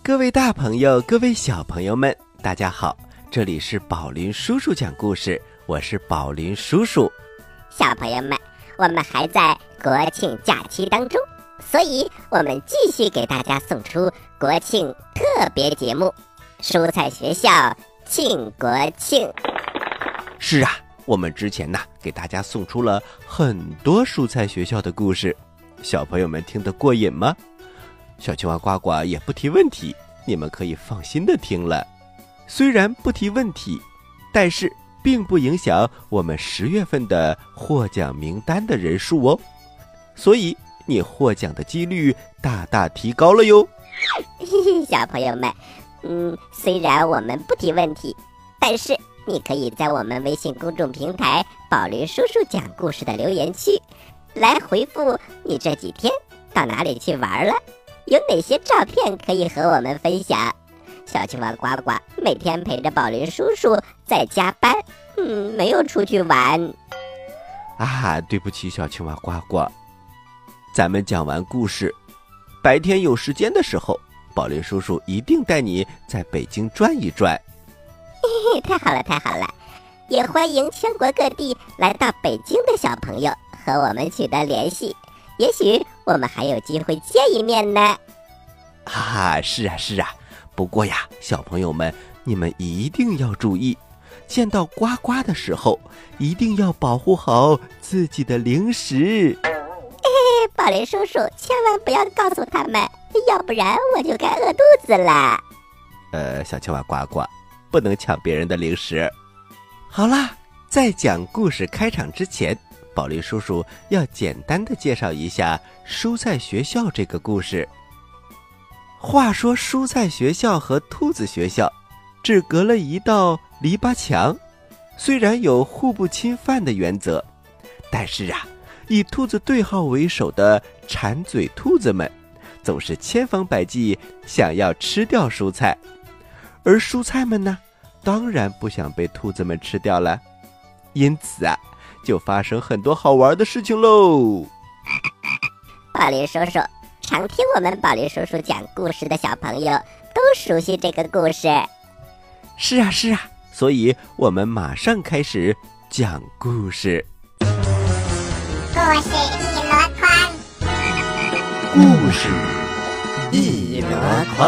各位大朋友，各位小朋友们，大家好，这里是宝林叔叔讲故事，我是宝林叔叔。 小朋友们，我们还在国庆假期当中，所以我们继续给大家送出国庆特别节目——蔬菜学校庆国庆。 是啊，我们之前给大家送出了很多蔬菜学校的故事，小朋友们听得过瘾吗？小青蛙呱呱也不提问题，你们可以放心的听了。虽然不提问题，但是并不影响我们10月份的获奖名单的人数哦，所以你获奖的几率大大提高了哟。 小朋友们，虽然我们不提问题，但是你可以在我们微信公众平台宝林叔叔讲故事的留言区来回复你这几天到哪里去玩了，有哪些照片可以和我们分享。小青蛙呱呱每天陪着宝林叔叔在加班，没有出去玩啊。对不起，小青蛙呱呱，咱们讲完故事，白天有时间的时候，宝林叔叔一定带你在北京转一转。 太好了太好了，也欢迎全国各地来到北京的小朋友和我们取得联系，也许我们还有机会见一面呢。 是啊，不过呀，小朋友们，你们一定要注意，见到呱呱的时候，一定要保护好自己的零食。 宝林叔叔千万不要告诉他们，要不然我就该饿肚子了。 小青蛙呱呱，不能抢别人的零食。好啦，在讲故事开场之前，宝林叔叔要简单的介绍一下蔬菜学校这个故事。话说蔬菜学校和兔子学校只隔了一道篱笆墙，虽然有互不侵犯的原则，但是以兔子对号为首的馋嘴兔子们总是千方百计想要吃掉蔬菜，而蔬菜们呢，当然不想被兔子们吃掉了，因此就发生很多好玩的事情喽。 宝林叔叔，常听我们宝林叔叔讲故事的小朋友都熟悉这个故事。 是啊，所以我们马上开始讲故事。 故事一箩筐， 故事一箩筐。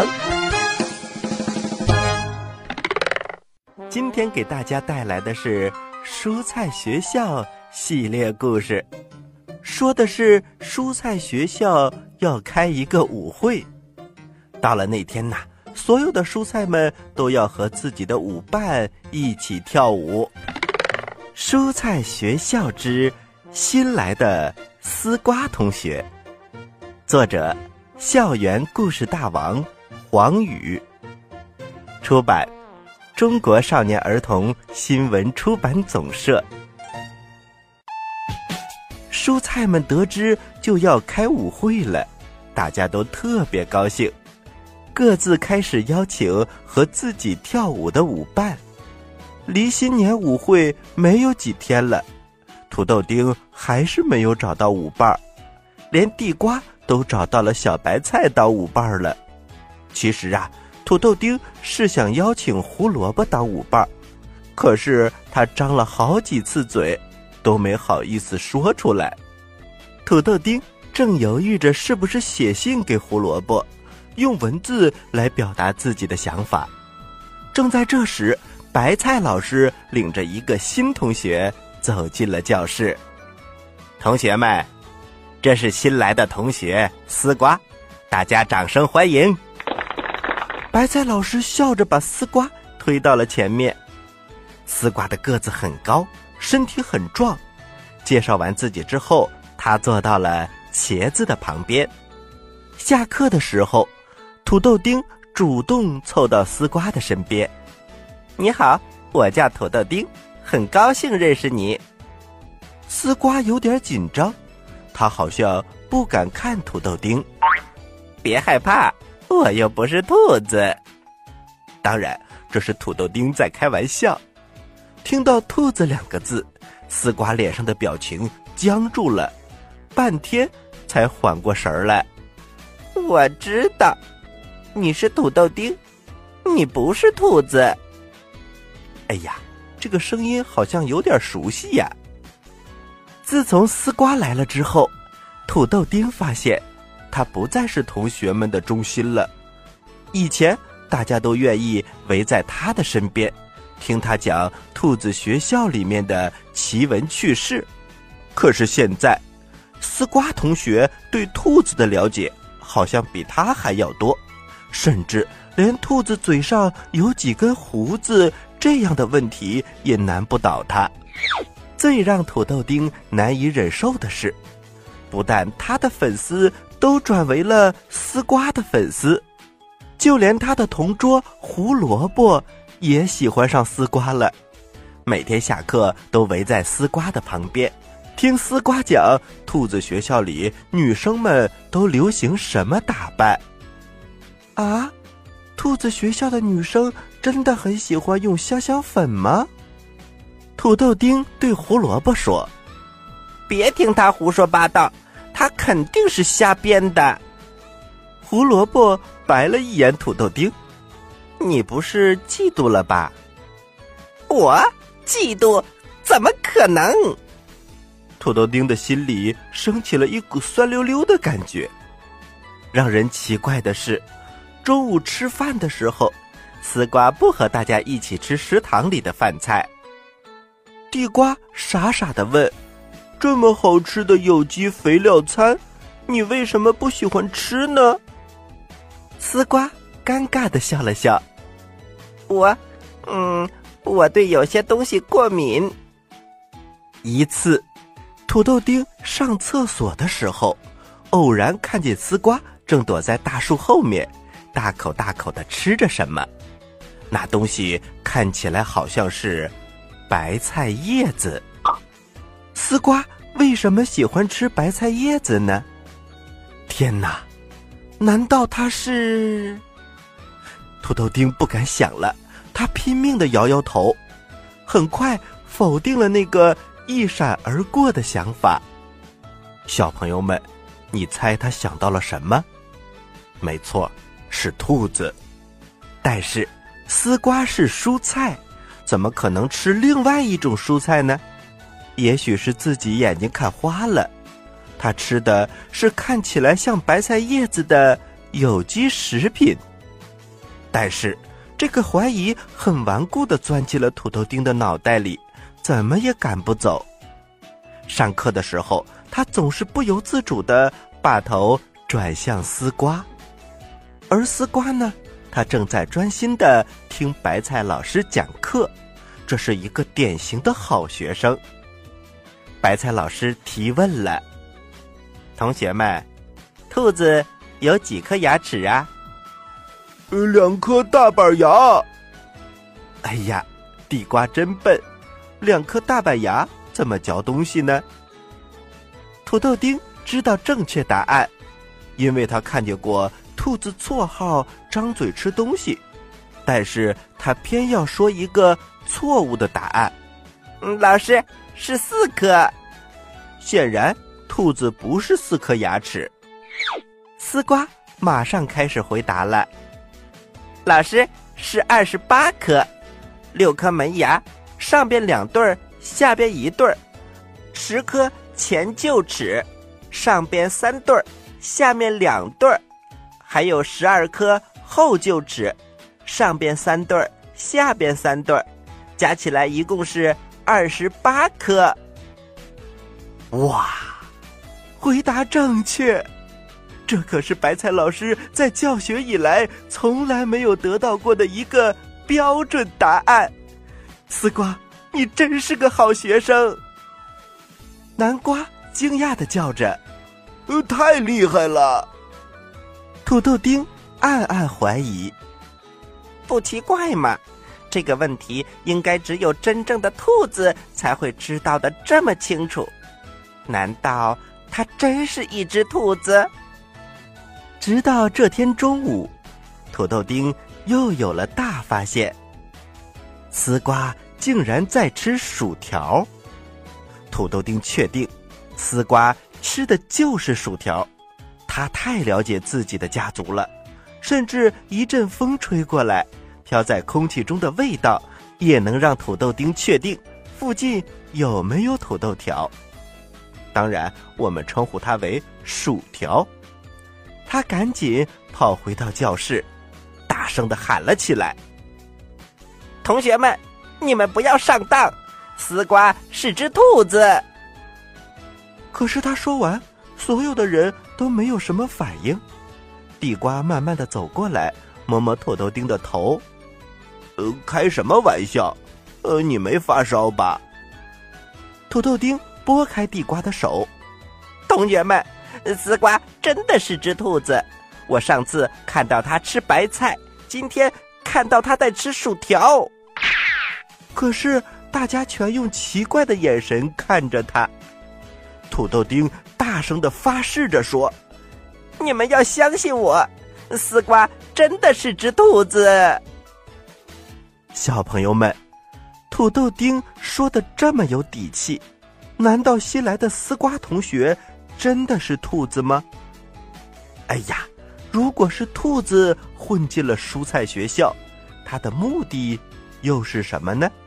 今天给大家带来的是蔬菜学校系列故事，说的是蔬菜学校要开一个舞会。到了那天所有的蔬菜们都要和自己的舞伴一起跳舞。蔬菜学校之新来的丝瓜同学，作者校园故事大王黄宇，出版中国少年儿童新闻出版总社。蔬菜们得知就要开舞会了，大家都特别高兴，各自开始邀请和自己跳舞的舞伴。离新年舞会没有几天了，土豆丁还是没有找到舞伴，连地瓜都找到了小白菜当舞伴了。其实土豆丁是想邀请胡萝卜当舞伴，可是他张了好几次嘴，都没好意思说出来。土豆丁正犹豫着是不是写信给胡萝卜，用文字来表达自己的想法。正在这时，白菜老师领着一个新同学走进了教室。同学们，这是新来的同学丝瓜，大家掌声欢迎。白菜老师笑着把丝瓜推到了前面。丝瓜的个子很高，身体很壮。介绍完自己之后，他坐到了茄子的旁边。下课的时候，土豆丁主动凑到丝瓜的身边。你好，我叫土豆丁，很高兴认识你。丝瓜有点紧张，他好像不敢看土豆丁。别害怕，我又不是兔子。当然，这是土豆丁在开玩笑。听到兔子2个字，丝瓜脸上的表情僵住了，半天才缓过神来。我知道， 你是土豆丁，你不是兔子。哎呀，这个声音好像有点熟悉呀。自从丝瓜来了之后，土豆丁发现他不再是同学们的中心了。以前大家都愿意围在他的身边，听他讲兔子学校里面的奇闻趣事。可是现在，丝瓜同学对兔子的了解好像比他还要多，甚至连兔子嘴上有几根胡子这样的问题也难不倒他。最让土豆丁难以忍受的是，不但他的粉丝都转为了丝瓜的粉丝，就连他的同桌胡萝卜也喜欢上丝瓜了。每天下课都围在丝瓜的旁边，听丝瓜讲兔子学校里女生们都流行什么打扮。啊，兔子学校的女生真的很喜欢用香香粉吗？土豆丁对胡萝卜说：别听他胡说八道，他肯定是瞎编的。胡萝卜白了一眼土豆丁：你不是嫉妒了吧？我嫉妒？怎么可能？土豆丁的心里升起了一股酸溜溜的感觉。让人奇怪的是，中午吃饭的时候，丝瓜不和大家一起吃食堂里的饭菜。地瓜傻傻地问：这么好吃的有机肥料餐，你为什么不喜欢吃呢？丝瓜尴尬地笑了笑：我对有些东西过敏。一次，土豆丁上厕所的时候，偶然看见丝瓜正躲在大树后面，大口大口地吃着什么。那东西看起来好像是白菜叶子。丝瓜为什么喜欢吃白菜叶子呢？天哪，难道它是……土豆丁不敢想了，他拼命地摇摇头，很快否定了那个一闪而过的想法。小朋友们，你猜他想到了什么？没错，是兔子。但是丝瓜是蔬菜，怎么可能吃另外一种蔬菜呢？也许是自己眼睛看花了，他吃的是看起来像白菜叶子的有机食品。但是这个怀疑很顽固地钻进了土豆丁的脑袋里，怎么也赶不走。上课的时候，他总是不由自主地把头转向丝瓜，而丝瓜呢，他正在专心地听白菜老师讲课，这是一个典型的好学生。白菜老师提问了：同学们，兔子有几颗牙齿啊？2颗大板牙。哎呀，地瓜真笨，2颗大板牙怎么嚼东西呢？土豆丁知道正确答案，因为他看见过兔子绰号张嘴吃东西，但是他偏要说一个错误的答案。老师，是4颗。显然兔子不是4颗牙齿。丝瓜马上开始回答了：老师，是28颗，6颗门牙，上边2对儿，下边1对儿，10颗前臼齿，上边3对儿，下面2对儿，还有12颗后臼齿，上边3对儿，下边3对儿，加起来一共是28颗。哇，回答正确！这可是白菜老师在教学以来从来没有得到过的一个标准答案。丝瓜，你真是个好学生！南瓜惊讶地叫着：太厉害了！土豆丁暗暗怀疑：不奇怪嘛，这个问题应该只有真正的兔子才会知道的这么清楚。难道它真是一只兔子？直到这天中午，土豆丁又有了大发现，丝瓜竟然在吃薯条。土豆丁确定丝瓜吃的就是薯条，他太了解自己的家族了， 甚至一阵风吹过来，飘在空气中的味道也能让土豆丁确定附近有没有土豆条。当然，我们称呼它为薯条。他赶紧跑回到教室，大声地喊了起来：同学们，你们不要上当，丝瓜是只兔子。可是他说完，所有的人都没有什么反应。地瓜慢慢地走过来，摸摸土豆丁的头：开什么玩笑？你没发烧吧？土豆丁拨开地瓜的手：同学们，丝瓜真的是只兔子，我上次看到它吃白菜，今天看到它在吃薯条。可是大家全用奇怪的眼神看着他。土豆丁大声地发誓着说：你们要相信我，丝瓜真的是只兔子。小朋友们，土豆丁说得这么有底气，难道新来的丝瓜同学真的是兔子吗？哎呀，如果是兔子混进了蔬菜学校，它的目的又是什么呢？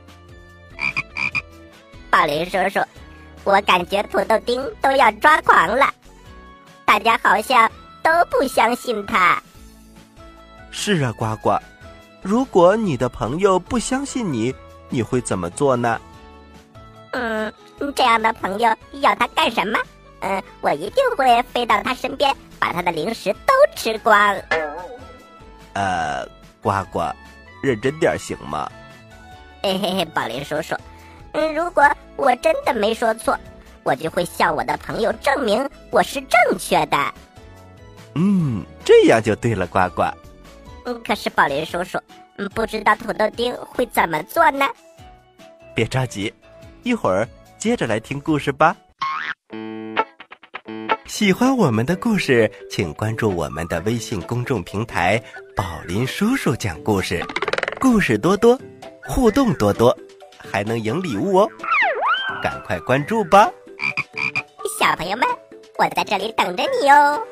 宝林叔叔，我感觉土豆丁都要抓狂了，大家好像都不相信他。 是啊，呱呱，如果你的朋友不相信你，你会怎么做呢？ 这样的朋友要他干什么？我一定会飞到他身边，把他的零食都吃光。 呱呱，认真点行吗？ 嘿嘿嘿，宝林叔叔，如果我真的没说错，我就会向我的朋友证明我是正确的。 这样就对了，呱呱。 可是宝林叔叔，不知道土豆丁会怎么做呢？ 别着急，一会儿接着来听故事吧。喜欢我们的故事，请关注我们的微信公众平台宝林叔叔讲故事，故事多多，互动多多，还能赢礼物哦，赶快关注吧。 小朋友们，我在这里等着你哦。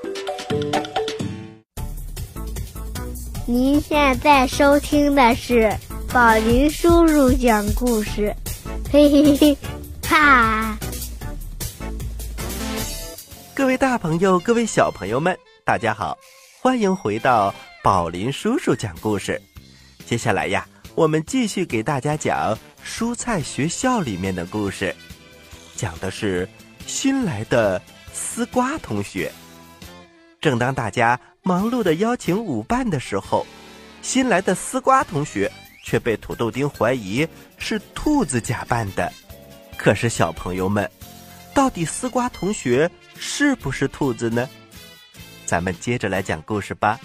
您现在收听的是宝林叔叔讲故事，嘿嘿嘿哈！ 各位大朋友，各位小朋友们，大家好，欢迎回到宝林叔叔讲故事。接下来呀，我们继续给大家讲蔬菜学校里面的故事，讲的是新来的丝瓜同学。正当大家忙碌地邀请舞伴的时候，新来的丝瓜同学却被土豆丁怀疑是兔子假扮的。可是小朋友们，到底丝瓜同学是不是兔子呢？咱们接着来讲故事吧。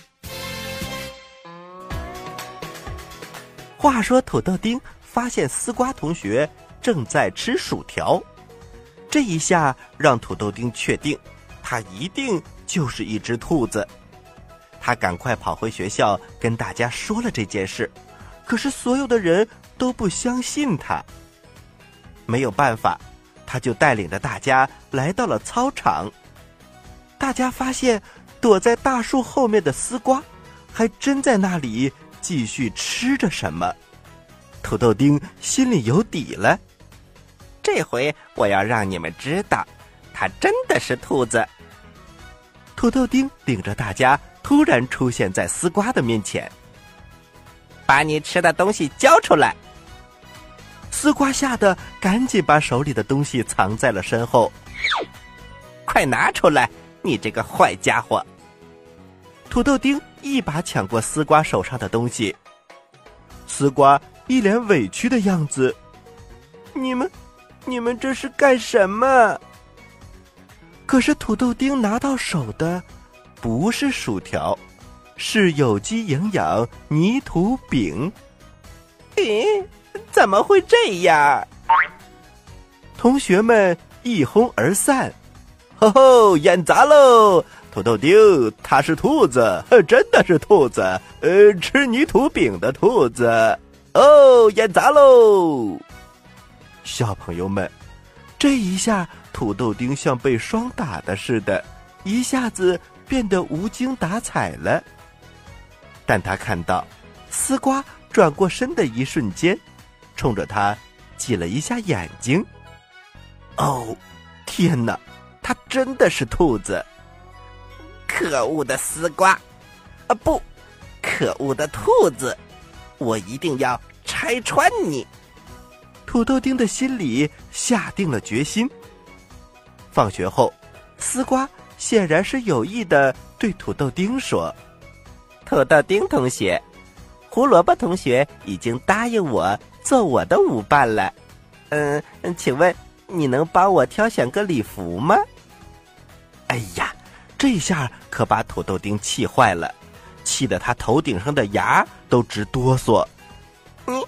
话说土豆丁发现丝瓜同学正在吃薯条，这一下让土豆丁确定他一定就是一只兔子。他赶快跑回学校跟大家说了这件事，可是所有的人都不相信他。没有办法，他就带领着大家来到了操场。大家发现躲在大树后面的丝瓜还真在那里继续吃着什么。土豆丁心里有底了，这回我要让你们知道，他真的是兔子。土豆丁领着大家突然出现在丝瓜的面前，把你吃的东西交出来。丝瓜吓得赶紧把手里的东西藏在了身后，快拿出来，你这个坏家伙！土豆丁一把抢过丝瓜手上的东西，丝瓜一脸委屈的样子，你们这是干什么？可是土豆丁拿到手的不是薯条，是有机营养泥土饼。怎么会这样？同学们一哄而散。吼吼，演砸喽！土豆丁他是兔子，真的是兔子，吃泥土饼的兔子。哦，演砸喽！小朋友们，这一下土豆丁像被双打的似的，一下子变得无精打采了。 但他看到丝瓜转过身的一瞬间，冲着他挤了一下眼睛。哦，天哪，他真的是兔子！ 可恶的丝瓜！不，可恶的兔子！我一定要拆穿你！ 土豆丁的心里下定了决心。放学后，丝瓜显然是有意地对土豆丁说：“ 土豆丁同学，胡萝卜同学已经答应我做我的舞伴了。请问你能帮我挑选个礼服吗？” 哎呀，这下可把土豆丁气坏了，气得他头顶上的牙都直哆嗦。 你，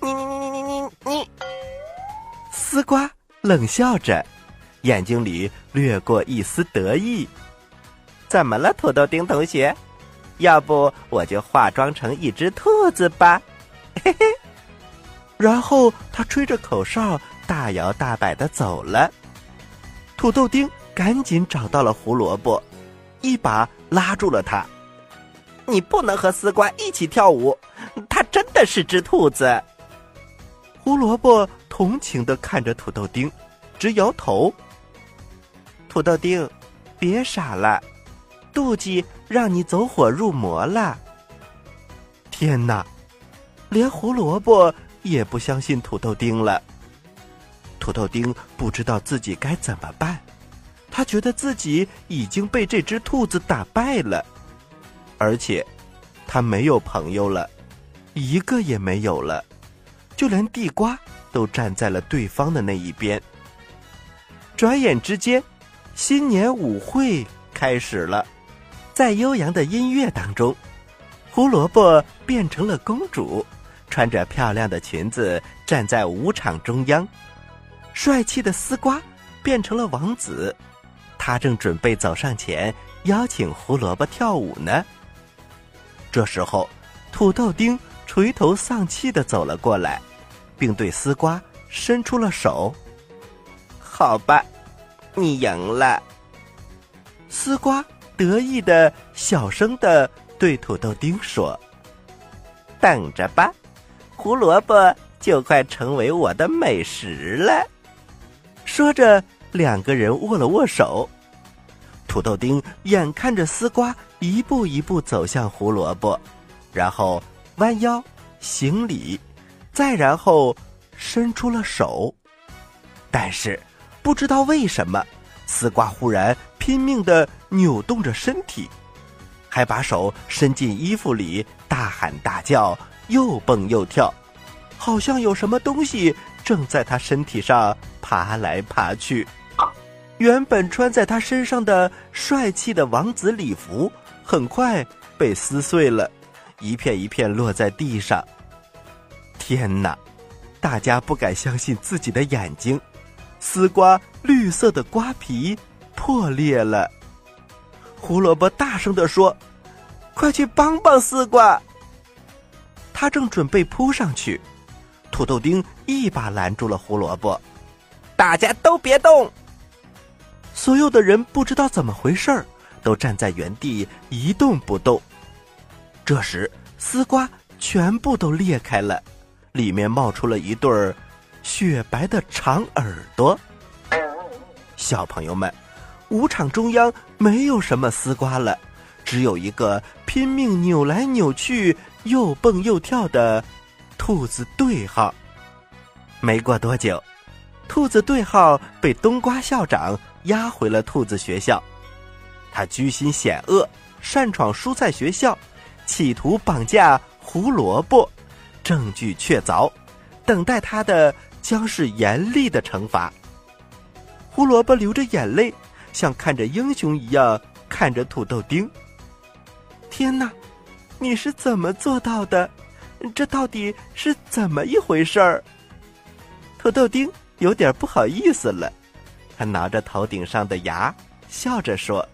丝瓜冷笑着，眼睛里掠过一丝得意。 怎么了，土豆丁同学？要不我就化妆成一只兔子吧，嘿嘿。 然后他吹着口哨，大摇大摆地走了。土豆丁赶紧找到了胡萝卜，一把拉住了他。 你不能和丝瓜一起跳舞，它真的是只兔子。 胡萝卜同情地看着土豆丁，直摇头。土豆丁，别傻了，妒忌让你走火入魔了。天哪，连胡萝卜也不相信土豆丁了。土豆丁不知道自己该怎么办，他觉得自己已经被这只兔子打败了，而且他没有朋友了，一个也没有了，就连地瓜都站在了对方的那一边。转眼之间，新年舞会开始了。在悠扬的音乐当中，胡萝卜变成了公主，穿着漂亮的裙子站在舞场中央。帅气的丝瓜变成了王子，他正准备走上前邀请胡萝卜跳舞呢。这时候，土豆丁垂头丧气地走了过来，并对丝瓜伸出了手。 好吧，你赢了。 丝瓜得意地小声地对土豆丁说：“ 等着吧，胡萝卜就快成为我的美食了。” 说着，两个人握了握手。土豆丁眼看着丝瓜一步一步走向胡萝卜，然后弯腰行礼，再然后伸出了手。但是不知道为什么，丝瓜忽然拼命地扭动着身体，还把手伸进衣服里，大喊大叫，又蹦又跳，好像有什么东西正在他身体上爬来爬去。原本穿在他身上的帅气的王子礼服很快被撕碎了，一片一片落在地上。天哪，大家不敢相信自己的眼睛，丝瓜绿色的瓜皮破裂了。胡萝卜大声地说：“快去帮帮丝瓜！”他正准备扑上去，土豆丁一把拦住了胡萝卜：“ 大家都别动！” 所有的人不知道怎么回事儿，都站在原地一动不动。这时，丝瓜全部都裂开了，里面冒出了一对儿雪白的长耳朵。小朋友们，舞场中央没有什么丝瓜了，只有一个拼命扭来扭去、又蹦又跳的兔子对号。没过多久，兔子对号被冬瓜校长押回了兔子学校。他居心险恶，擅闯蔬菜学校，企图绑架胡萝卜，证据确凿，等待他的将是严厉的惩罚。胡萝卜流着眼泪，像看着英雄一样看着土豆丁。天哪，你是怎么做到的？这到底是怎么一回事儿？土豆丁有点不好意思了，他挠着头顶上的牙，笑着说：“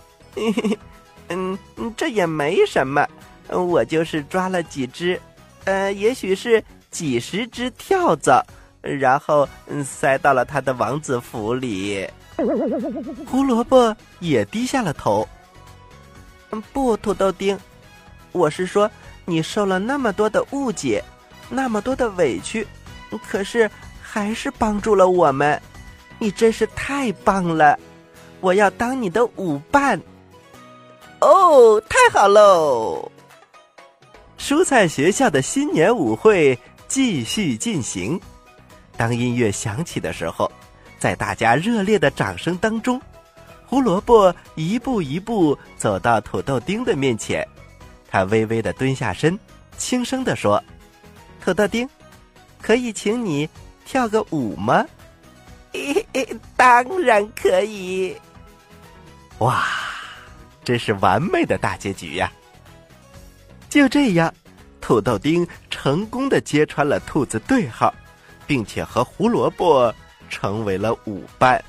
这也没什么，我就是抓了几只，也许是几十只跳蚤，然后塞到了他的王子府里。” 胡萝卜也低下了头。 不，土豆丁， 我是说，你受了那么多的误解，那么多的委屈，可是还是帮助了我们，你真是太棒了！我要当你的舞伴。哦，太好喽！蔬菜学校的新年舞会继续进行。当音乐响起的时候，在大家热烈的掌声当中，胡萝卜一步一步走到土豆丁的面前，他微微地蹲下身，轻声地说：“土豆丁，可以请你跳个舞吗？”“当然可以。”哇，真是完美的大结局呀！就这样，土豆丁成功地揭穿了兔子对号，并且和胡萝卜成为了舞伴。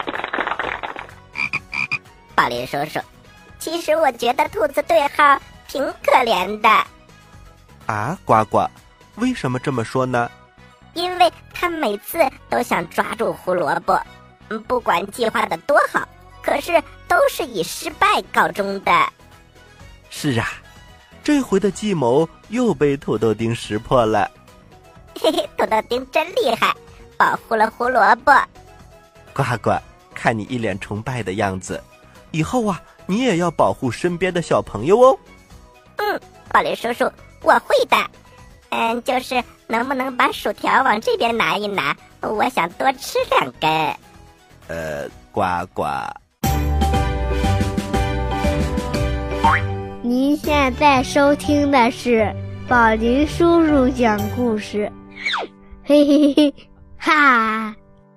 宝林叔叔，其实我觉得兔子对号挺可怜的。 啊，呱呱，为什么这么说呢？ 因为他每次都想抓住胡萝卜，不管计划的多好，可是都是以失败告终的。 是啊，这回的计谋又被土豆丁识破了。 嘿嘿，土豆丁真厉害，保护了胡萝卜。 呱呱，看你一脸崇拜的样子，以后啊，你也要保护身边的小朋友哦。 宝林叔叔，我会的。就是能不能把薯条往这边拿一拿？我想多吃2根。 呱呱。 您现在收听的是宝林叔叔讲故事，嘿嘿嘿，哈！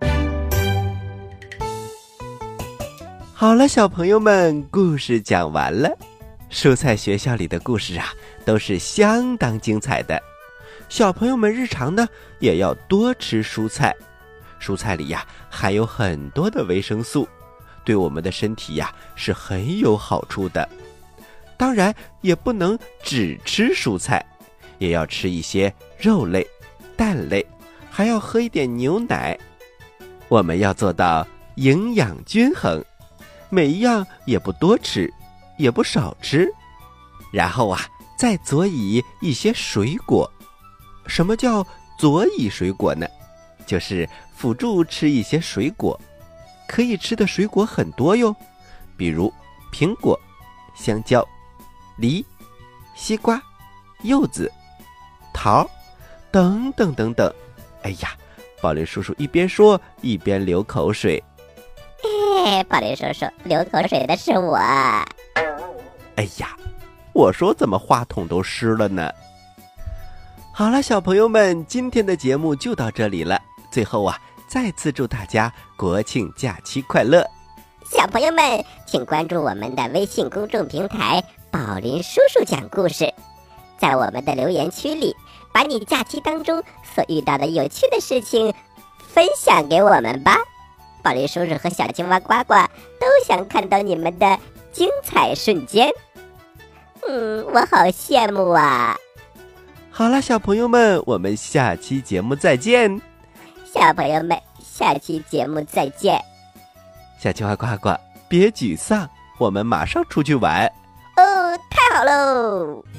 好了，小朋友们，故事讲完了。蔬菜学校里的故事啊，都是相当精彩的。小朋友们日常呢，也要多吃蔬菜。蔬菜里呀，含有很多的维生素，对我们的身体呀，是很有好处的。当然，也不能只吃蔬菜，也要吃一些肉类、蛋类，还要喝一点牛奶。我们要做到营养均衡，每一样也不多吃，也不少吃。然后啊，再佐以一些水果。什么叫佐以水果呢？就是辅助吃一些水果。可以吃的水果很多哟，比如苹果、香蕉、梨、西瓜、柚子、桃等等等等。哎呀，宝林叔叔一边说一边流口水。 宝林叔叔，流口水的是我。 哎呀，我说怎么话筒都湿了呢？好了，小朋友们，今天的节目就到这里了。最后啊，再次祝大家国庆假期快乐！ 小朋友们，请关注我们的微信公众平台“宝林叔叔讲故事”，在我们的留言区里，把你假期当中所遇到的有趣的事情分享给我们吧。宝林叔叔和小青蛙呱呱都想看到你们的精彩瞬间。我好羡慕啊！ 好了，小朋友们，我们下期节目再见。 小朋友们，下期节目再见。 小青蛙呱呱，别沮丧，我们马上出去玩。 哦，太好喽！